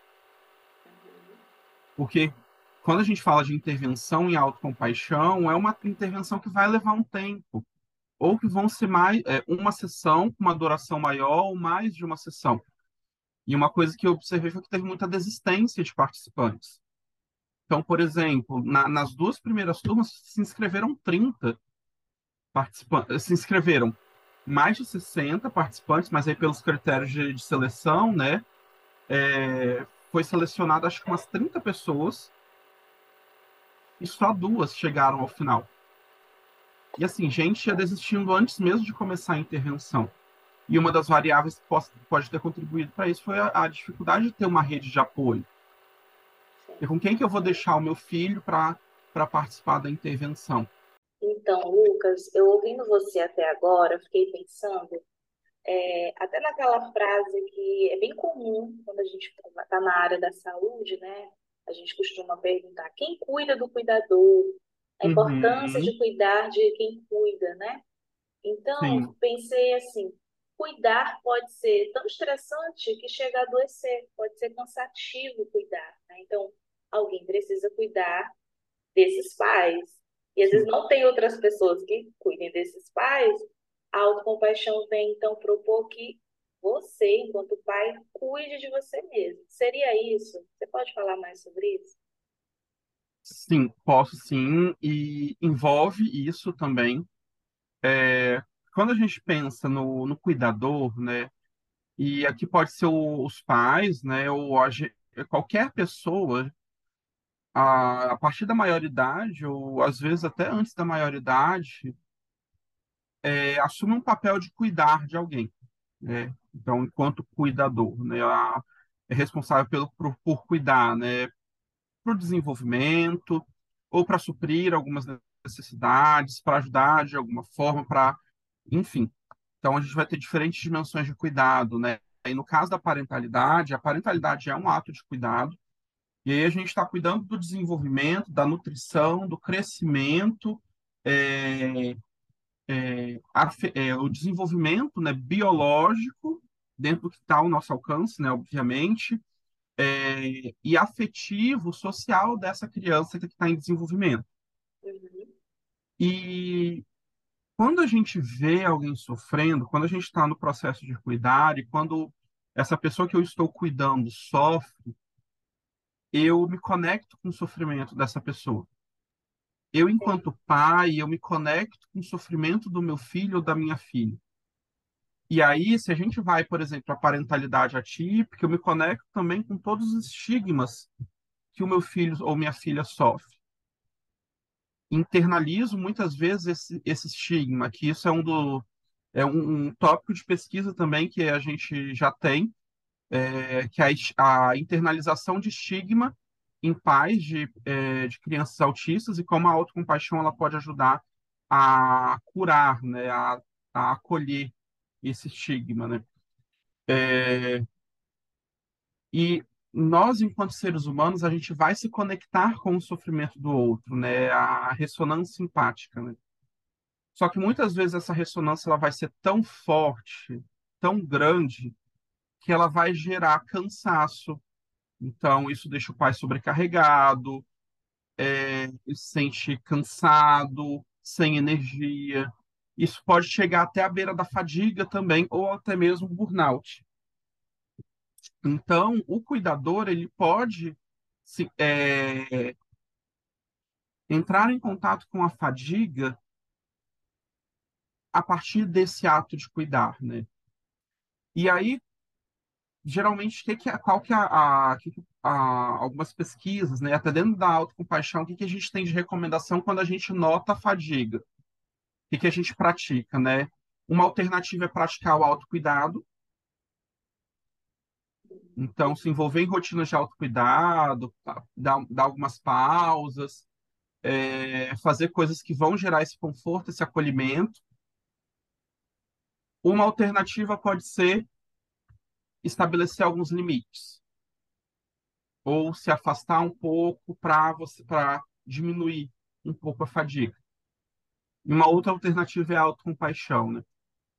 Porque quando a gente fala de intervenção em autocompaixão, é uma intervenção que vai levar um tempo, ou que vão ser mais é, uma sessão com uma duração maior ou mais de uma sessão. E uma coisa que eu observei foi que teve muita desistência de participantes. Então, por exemplo, na, nas duas primeiras turmas se inscreveram trinta participantes, se inscreveram mais de sessenta participantes, mas aí pelos critérios de, de seleção, né, é, foi selecionado acho que umas trinta pessoas e só duas chegaram ao final. E assim, gente ia desistindo antes mesmo de começar a intervenção. E uma das variáveis que pode, pode ter contribuído para isso foi a, a dificuldade de ter uma rede de apoio. E com quem que eu vou deixar o meu filho para para participar da intervenção? Então, Lucas, eu ouvindo você até agora, fiquei pensando, é, até naquela frase que é bem comum quando a gente está na área da saúde, né? A gente costuma perguntar quem cuida do cuidador, a importância Uhum, de cuidar de quem cuida, né? Então, sim, pensei assim, cuidar pode ser tão estressante que chega a adoecer, pode ser cansativo cuidar, né? Então, alguém precisa cuidar desses pais. E às vezes sim. não tem outras pessoas que cuidem desses pais. A autocompaixão vem então propor que você, enquanto pai, cuide de você mesmo. Seria isso? Você pode falar mais sobre isso? Sim, posso sim, e envolve isso também. É, quando a gente pensa no, no cuidador, né, e aqui pode ser o- os pais, né, ou a ge- qualquer pessoa, a, a partir da maioridade, ou às vezes até antes da maioridade, é, assume um papel de cuidar de alguém, né? Então, enquanto cuidador, né, a- é responsável pelo, por, por cuidar, né, para o desenvolvimento, ou para suprir algumas necessidades, para ajudar de alguma forma, para, enfim. Então, a gente vai ter diferentes dimensões de cuidado, né? E no caso da parentalidade, a parentalidade é um ato de cuidado, e aí a gente está cuidando do desenvolvimento, da nutrição, do crescimento, é, é, afe- é, o desenvolvimento, né, biológico, dentro do que está ao nosso alcance, né, obviamente, é, e afetivo, social dessa criança que está em desenvolvimento. Uhum. E quando a gente vê alguém sofrendo, quando a gente está no processo de cuidar e quando essa pessoa que eu estou cuidando sofre, eu me conecto com o sofrimento dessa pessoa. Eu, Sim. enquanto pai, eu me conecto com o sofrimento do meu filho ou da minha filha. E aí, se a gente vai, por exemplo, à parentalidade atípica, eu me conecto também com todos os estigmas que o meu filho ou minha filha sofre. Internalizo muitas vezes esse, esse estigma, que isso é um do, é um, um tópico de pesquisa também que a gente já tem, é, que é a, es- a internalização de estigma em pais de, é, de crianças autistas e como a autocompaixão ela pode ajudar a curar, né, a, a acolher esse estigma, né? É, e nós, enquanto seres humanos, a gente vai se conectar com o sofrimento do outro, né? A ressonância empática, né? Só que muitas vezes essa ressonância ela vai ser tão forte, tão grande, que ela vai gerar cansaço. Então, isso deixa o pai sobrecarregado, é, ele se sente cansado, sem energia. Isso pode chegar até a beira da fadiga também, ou até mesmo burnout. Então, o cuidador ele pode se, é, entrar em contato com a fadiga a partir desse ato de cuidar, né? E aí, geralmente, que que é- qual que é a, que que- a- algumas pesquisas, né? Até dentro da autocompaixão, o que que a gente tem de recomendação quando a gente nota a fadiga? O que que a gente pratica, né? Uma alternativa é praticar o autocuidado. Então, se envolver em rotinas de autocuidado, tá? dar, dar algumas pausas, é, fazer coisas que vão gerar esse conforto, esse acolhimento. Uma alternativa pode ser estabelecer alguns limites, ou se afastar um pouco para você para diminuir um pouco a fadiga. E uma outra alternativa é a autocompaixão, né?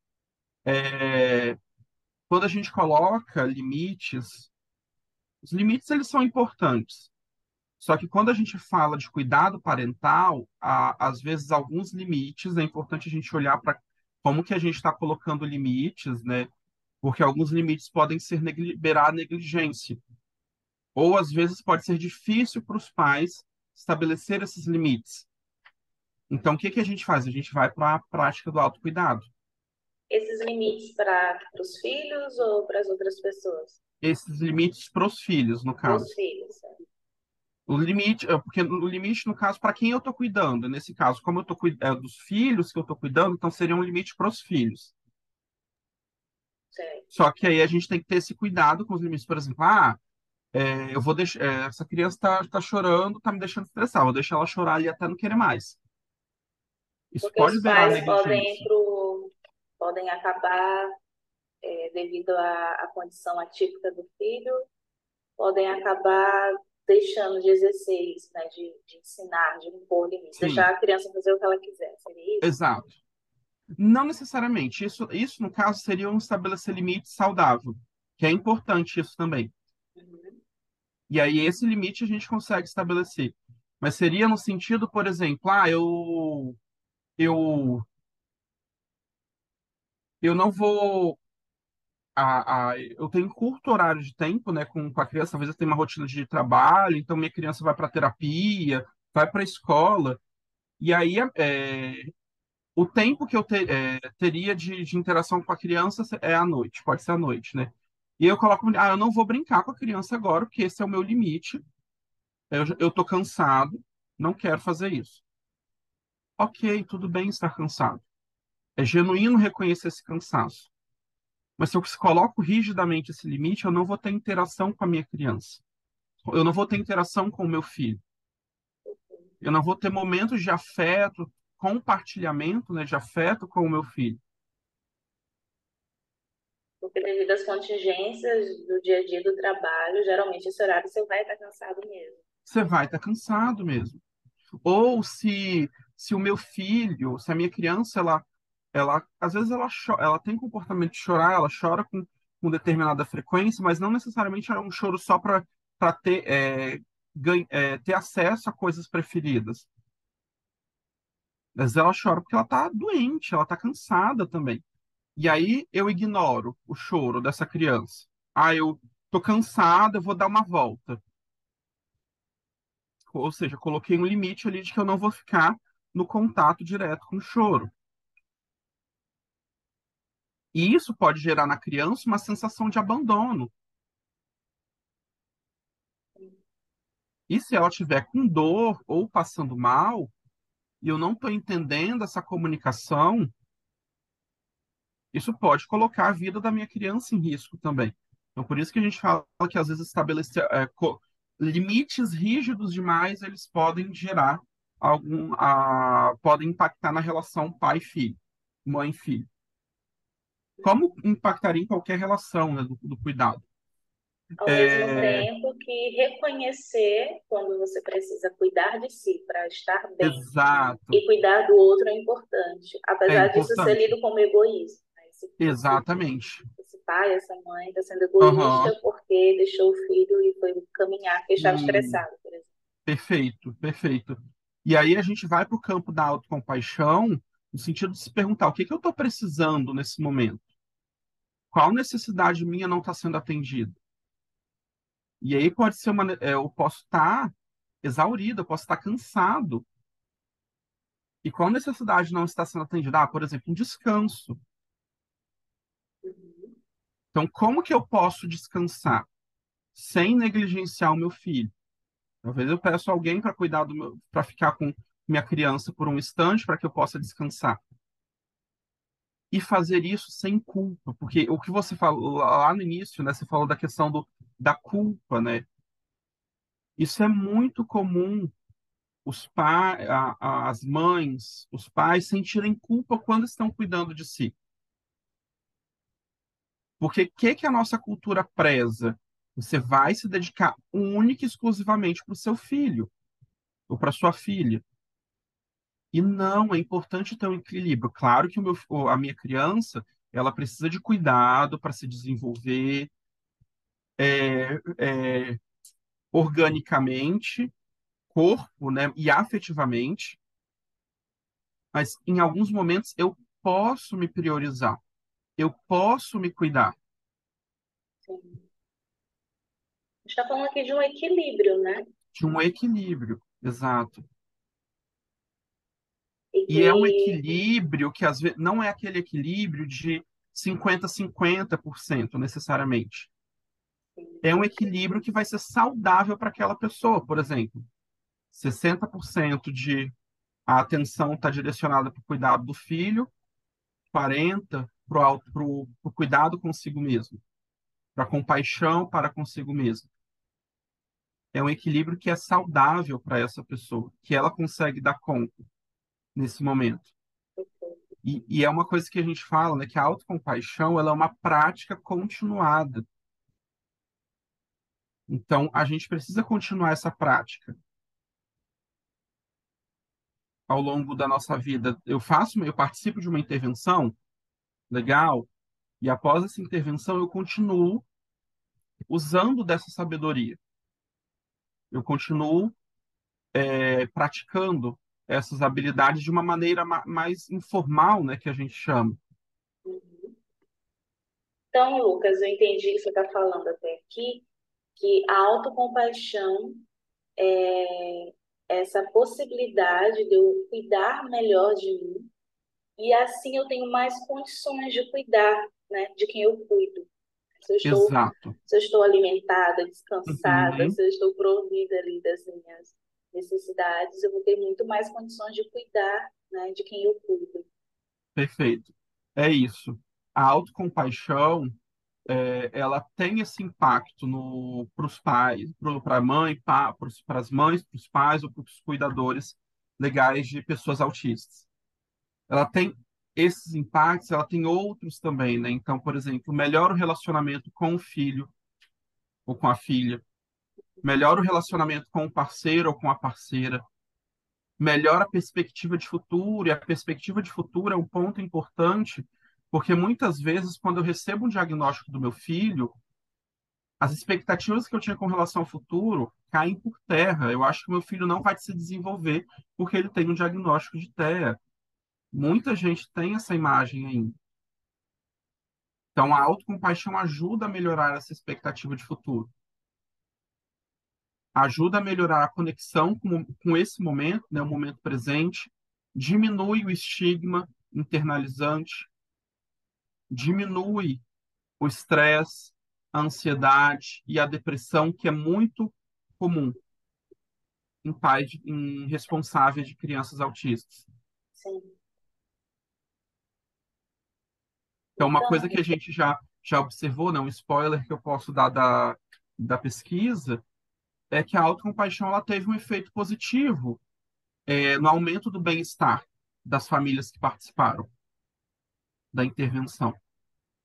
É, quando a gente coloca limites, os limites eles são importantes. Só que quando a gente fala de cuidado parental, há, às vezes alguns limites, é importante a gente olhar para como que a gente está colocando limites, né? Porque alguns limites podem ser negli beirar a negligência. Ou às vezes pode ser difícil para os pais estabelecer esses limites. Então, o que que a gente faz? A gente vai para a prática do autocuidado. Esses limites para os filhos ou para as outras pessoas? Esses limites para os filhos, no Para os caso. filhos, né? O limite, é, porque o limite, no caso, para quem eu estou cuidando. Nesse caso, como eu estou cuidando dos filhos que eu estou cuidando, então seria um limite para os filhos. Certo. Só que aí a gente tem que ter esse cuidado com os limites. Por exemplo, ah, é, eu vou deixar, é, essa criança está tá chorando, está me deixando estressar, vou deixar ela chorar ali até não querer mais. Isso Porque pode os beirar a pais podem ir negligência. pro, podem acabar, é, devido à, à condição atípica do filho, podem acabar deixando de exercer isso, né? De, de ensinar, de impor limites, Sim, deixar a criança fazer o que ela quiser. Seria isso? exato. Não necessariamente. Isso, isso, no caso, seria um estabelecer limite saudável, que é importante isso também. Uhum. E aí, esse limite a gente consegue estabelecer. Mas seria no sentido, por exemplo, ah, eu, eu, eu não vou. A, a, eu tenho curto horário de tempo, né, com, com a criança, talvez eu tenha uma rotina de trabalho, então minha criança vai para terapia, vai para a escola, e aí é, o tempo que eu te- é, teria de, de interação com a criança é à noite, pode ser à noite, né? E eu coloco, ah, eu não vou brincar com a criança agora, porque esse é o meu limite, eu, já- eu tô cansado, não quero fazer isso. Ok, tudo bem estar cansado. É genuíno reconhecer esse cansaço. Mas se eu coloco rigidamente esse limite, eu não vou ter interação com a minha criança. Eu não vou ter interação com o meu filho. Eu não vou ter momentos de afeto, compartilhamento, né, de afeto com o meu filho. Porque devido às contingências do dia a dia do trabalho, geralmente esse horário você vai estar cansado mesmo. Você vai estar cansado mesmo. Ou se, se o meu filho, se a minha criança, ela, ela às vezes ela, cho- ela tem comportamento de chorar, ela chora com, com determinada frequência, mas não necessariamente é um choro só para para ter, é, ganha- é, ter acesso a coisas preferidas. Às vezes ela chora porque ela está doente, ela está cansada também. E aí eu ignoro o choro dessa criança. Ah, eu tô cansada, eu vou dar uma volta. Ou seja, coloquei um limite ali de que eu não vou ficar no contato direto com o choro. E isso pode gerar na criança uma sensação de abandono. E se ela estiver com dor ou passando mal, e eu não estou entendendo essa comunicação, isso pode colocar a vida da minha criança em risco também. Então, por isso que a gente fala que às vezes estabelecer é, co- limites rígidos demais, eles podem gerar algum, a, podem impactar na relação pai-filho, mãe-filho. como impactaria em qualquer relação, né, do, do cuidado. Ao mesmo É, tempo que reconhecer quando você precisa cuidar de si para estar bem exato, e cuidar do outro é importante, é apesar disso ser importante. lido como egoísmo, né? Esse, esse, Exatamente. esse pai, essa mãe está sendo Aham. egoísta porque deixou o filho e foi caminhar porque estava Sim, estressado, por exemplo. perfeito, perfeito. E aí a gente vai para o campo da autocompaixão, no sentido de se perguntar o que que eu estou precisando nesse momento? Qual necessidade minha não está sendo atendida? E aí pode ser uma, é, eu posso estar exaurido, eu posso estar cansado. E qual necessidade não está sendo atendida? Ah, por exemplo, um descanso. Uhum. Então, como que eu posso descansar sem negligenciar o meu filho? Talvez eu peço alguém para cuidar do meu, para ficar com minha criança por um instante para que eu possa descansar. E fazer isso sem culpa, porque o que você falou lá no início, né? Você falou da questão do, da culpa, né? Isso é muito comum os pa, a- a- as mães, os pais sentirem culpa quando estão cuidando de si. Porque o que que a nossa cultura preza? Você vai se dedicar única e exclusivamente para o seu filho ou para sua filha. E não, é importante ter um equilíbrio. Claro que o meu, o- a minha criança, ela precisa de cuidado para se desenvolver é, é, organicamente, corpo, né, e afetivamente, mas em alguns momentos eu posso me priorizar, eu posso me cuidar Sim. A gente está falando aqui de um equilíbrio, né? de um equilíbrio, exato. E E é um que equilíbrio que às vezes não é aquele equilíbrio de cinquenta a cinquenta por cento necessariamente. É um equilíbrio que vai ser saudável para aquela pessoa. Por exemplo, sessenta por cento de a atenção está direcionada para o cuidado do filho, quarenta por cento para o cuidado consigo mesmo, para a compaixão para consigo mesmo. É um equilíbrio que é saudável para essa pessoa, que ela consegue dar conta nesse momento. E, e é uma coisa que a gente fala, né, que a autocompaixão ela é uma prática continuada. Então, a gente precisa continuar essa prática ao longo da nossa vida. Eu faço, eu participo de uma intervenção, legal, e após essa intervenção eu continuo usando dessa sabedoria. Eu continuo é, praticando essas habilidades de uma maneira ma- mais informal, né, que a gente chama. então, Lucas, eu entendi o que você está falando até aqui, que a autocompaixão é essa possibilidade de eu cuidar melhor de mim e assim eu tenho mais condições de cuidar, né, de quem eu cuido. Se eu estou, Exato. se eu estou alimentada, descansada, Uhum, se eu estou provida ali das minhas necessidades, eu vou ter muito mais condições de cuidar, né, de quem eu cuido. perfeito. É isso. A autocompaixão é, ela tem esse impacto no para os pais, para a mãe, para as mães, para os pais ou para os cuidadores legais de pessoas autistas. Ela tem esses impactos, ela tem outros também, né? Então, por exemplo, melhora o relacionamento com o filho ou com a filha, melhora o relacionamento com o parceiro ou com a parceira, melhora a perspectiva de futuro, e a perspectiva de futuro é um ponto importante, porque muitas vezes, quando eu recebo um diagnóstico do meu filho, as expectativas que eu tinha com relação ao futuro caem por terra. Eu acho que meu filho não vai se desenvolver porque ele tem um diagnóstico de T E A. Muita gente tem essa imagem ainda. Então, a autocompaixão ajuda a melhorar essa expectativa de futuro. Ajuda a melhorar a conexão com, com esse momento, né, o momento presente. Diminui o estigma internalizante. Diminui o estresse, a ansiedade e a depressão, que é muito comum em pais, em responsáveis de crianças autistas. Sim. Então, uma coisa Então, que a gente já, já observou, né, um spoiler que eu posso dar da, da pesquisa, é que a autocompaixão ela teve um efeito positivo é, no aumento do bem-estar das famílias que participaram da intervenção.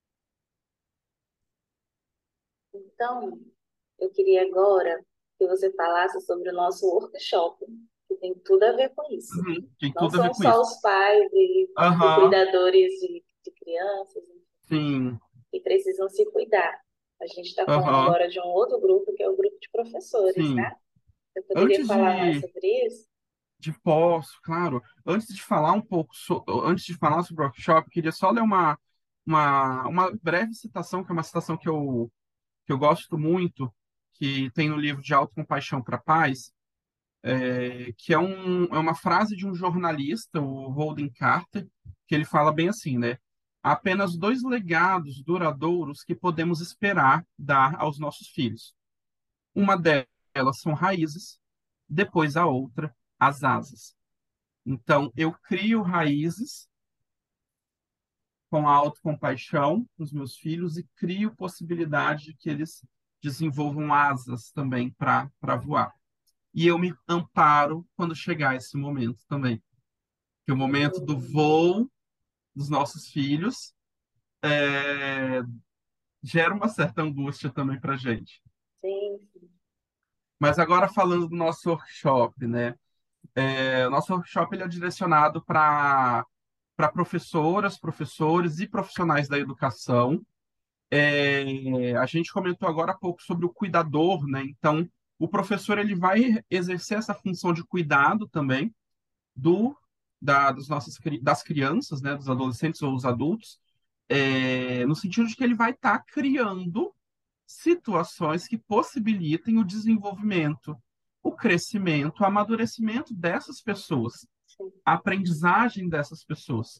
Então, eu queria agora que você falasse sobre o nosso workshop, que tem tudo a ver com isso. Uhum. Tem Não tudo a ver são com só isso. os pais e, e Aham, cuidadores de, de crianças sim, que precisam se cuidar. A gente está falando aham, agora de um outro grupo, que é o grupo de professores, sim. né? Você poderia Antes falar mais de, sobre isso? de posso, claro, antes de falar um pouco, so- antes de falar sobre o workshop, queria só ler uma, uma, uma breve citação, que é uma citação que eu, que eu gosto muito, que tem no livro de Autocompaixão para a Paz, é, que é, um, é uma frase de um jornalista, o Holden Carter, que ele fala bem assim, né? Há apenas dois legados duradouros que podemos esperar dar aos nossos filhos. Uma delas são raízes, depois a outra, as asas. Então, eu crio raízes com a autocompaixão nos meus filhos e crio possibilidade de que eles desenvolvam asas também para para voar. E eu me amparo quando chegar esse momento também, que é o momento do voo dos nossos filhos é, gera uma certa angústia também para gente. Sim, Mas agora falando do nosso workshop, né? É, o nosso workshop ele é direcionado para para professoras, professores e profissionais da educação. É, a gente comentou agora há pouco sobre o cuidador, né? Então, o professor ele vai exercer essa função de cuidado também do da, das nossas cri- das crianças, né? Dos adolescentes ou os adultos, é, no sentido de que ele vai estar criando situações que possibilitem o desenvolvimento, o crescimento, o amadurecimento dessas pessoas, sim. a aprendizagem dessas pessoas.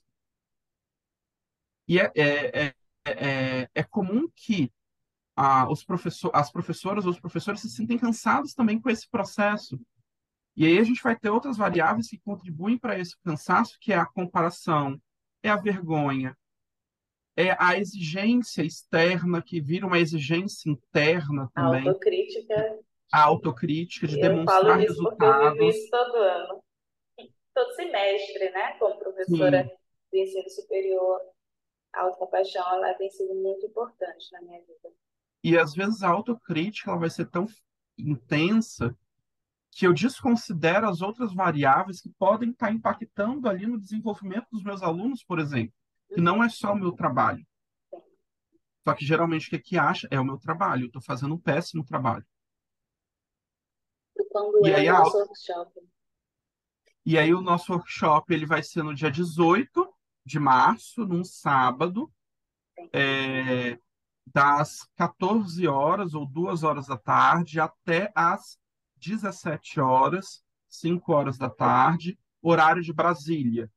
E é, é, é, é, é comum que a, os professor, as professoras ou os professores se sentem cansados também com esse processo. E aí a gente vai ter outras variáveis que contribuem para esse cansaço, que é a comparação, é a vergonha, é a exigência externa que vira uma exigência interna A também, autocrítica, a autocrítica de eu falo demonstrar disso porque eu vivo isso resultados. todo ano, todo semestre, né? Como professora Sim, de ensino superior, a autocompaixão, ela tem sido muito importante na minha vida. e às vezes a autocrítica ela vai ser tão intensa que eu desconsidero as outras variáveis que podem estar impactando ali no desenvolvimento dos meus alunos, por exemplo, que não é só o meu trabalho. Só que geralmente o que é que acha é o meu trabalho, eu estou fazendo um péssimo trabalho. E quando E é o aí, a, nosso workshop? e aí o nosso workshop ele vai ser no dia dezoito de março, num sábado, é, das quatorze horas ou duas horas da tarde até às dezessete horas, cinco horas da tarde, horário de Brasília.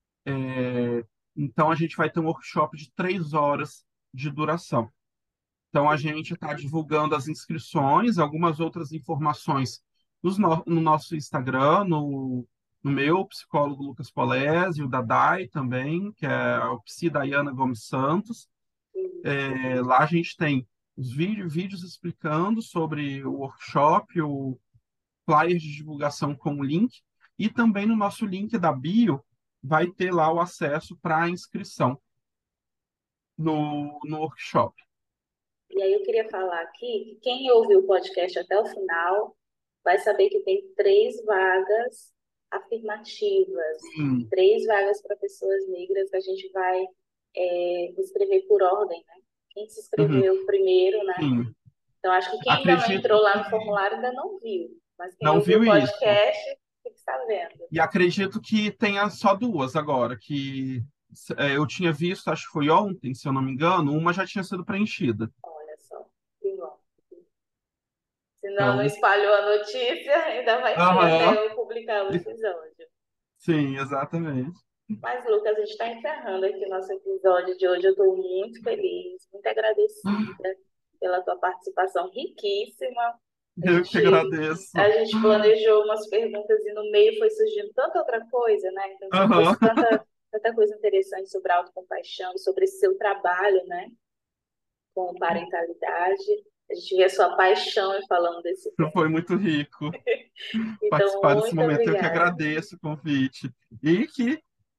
É, então a gente vai ter um workshop de três horas de duração. Então a gente está divulgando as inscrições, algumas outras informações nos no, no nosso Instagram, no, no meu psicólogo Lucas Polese, o da Dai também, que é o Psi Daiana Gomes Santos. É, lá a gente tem os vídeos, vídeos explicando sobre o workshop, o flyer de divulgação com o link, e também no nosso link da bio vai ter lá o acesso para a inscrição no, no workshop. E aí eu queria falar aqui que quem ouviu o podcast até o final vai saber que tem três vagas afirmativas, Sim, três vagas para pessoas negras que a gente vai é, escrever por ordem, né? Quem se uhum, inscreveu primeiro, né? sim. Então, acho que quem ainda não Acredito entrou lá no que formulário ainda não viu, mas quem não ouviu o viu isso. podcast fica sabendo. E acredito que tenha só duas agora, que é, eu tinha visto, acho que foi ontem, se eu não me engano, uma já tinha sido preenchida. Olha só, que bom. Se não, não Então, espalhou a notícia, ainda vai ter até aham, eu publicar o episódio. sim, exatamente. Mas, Lucas, a gente está encerrando aqui o nosso episódio de hoje. Eu estou muito feliz, muito agradecida pela tua participação riquíssima. A Eu que gente, a agradeço. gente planejou umas perguntas e no meio foi surgindo tanta outra coisa, né? Então, você Aham. trouxe tanta, tanta coisa interessante sobre a autocompaixão, sobre esse seu trabalho, né? Com parentalidade. A gente vê a sua paixão em falando desse tema. Foi muito rico Então, participar desse muito momento. Eu que obrigada. agradeço o convite. E que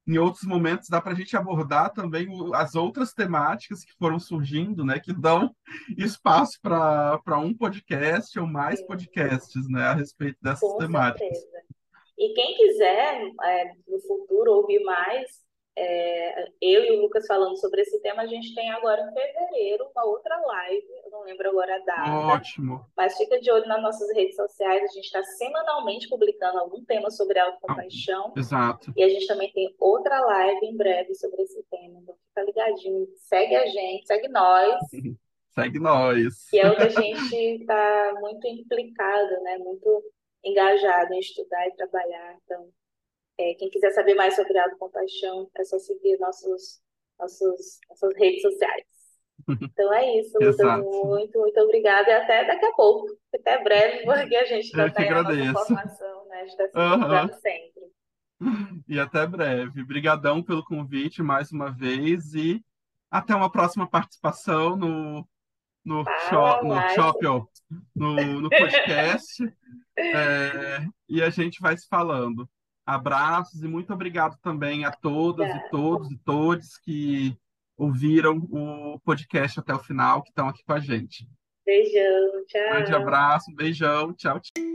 em outros momentos dá para a gente abordar também o- as outras temáticas que foram surgindo, né, que dão espaço para para um podcast ou mais Sim, podcasts, né, a respeito dessas com temáticas. certeza. E quem quiser, é, no futuro, ouvir mais, é, eu e o Lucas falando sobre esse tema, a gente tem agora em fevereiro uma outra live, eu não lembro agora a data, Ótimo. mas fica de olho nas nossas redes sociais, a gente está semanalmente publicando algum tema sobre Ah, autocompaixão, exato. e a gente também tem outra live em breve sobre esse tema, então fica ligadinho, segue a gente, segue nós, Segue nós. que é o que a gente está muito implicado, né? Muito engajado em estudar e trabalhar. Então, é, quem quiser saber mais sobre autocompaixão, é só seguir nossos, nossos, nossas redes sociais. Então é isso, Lucas. Exato. Muito, muito obrigada e até daqui a pouco. Até breve, porque a gente ainda Eu está que aí na nossa agradeço. formação, né? A gente está se Aham. encontrando sempre. E até breve. Obrigadão pelo convite mais uma vez e até uma próxima participação no, no, show, Fala no mais. shop, ó, no, no podcast. É, e a gente vai se falando. Abraços e muito obrigado também a todas e Obrigada. todos e todes que ouviram o podcast até o final, que estão aqui com a gente. Beijão, Grande tchau. abraço, um beijão, tchau, tchau.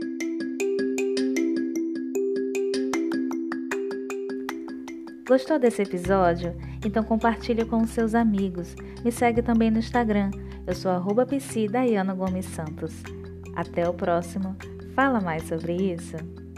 Gostou desse episódio? Então compartilhe com os seus amigos. Me segue também no Instagram. Eu sou arroba psi Daiana Gomes Santos. Até o próximo. Fala mais sobre isso.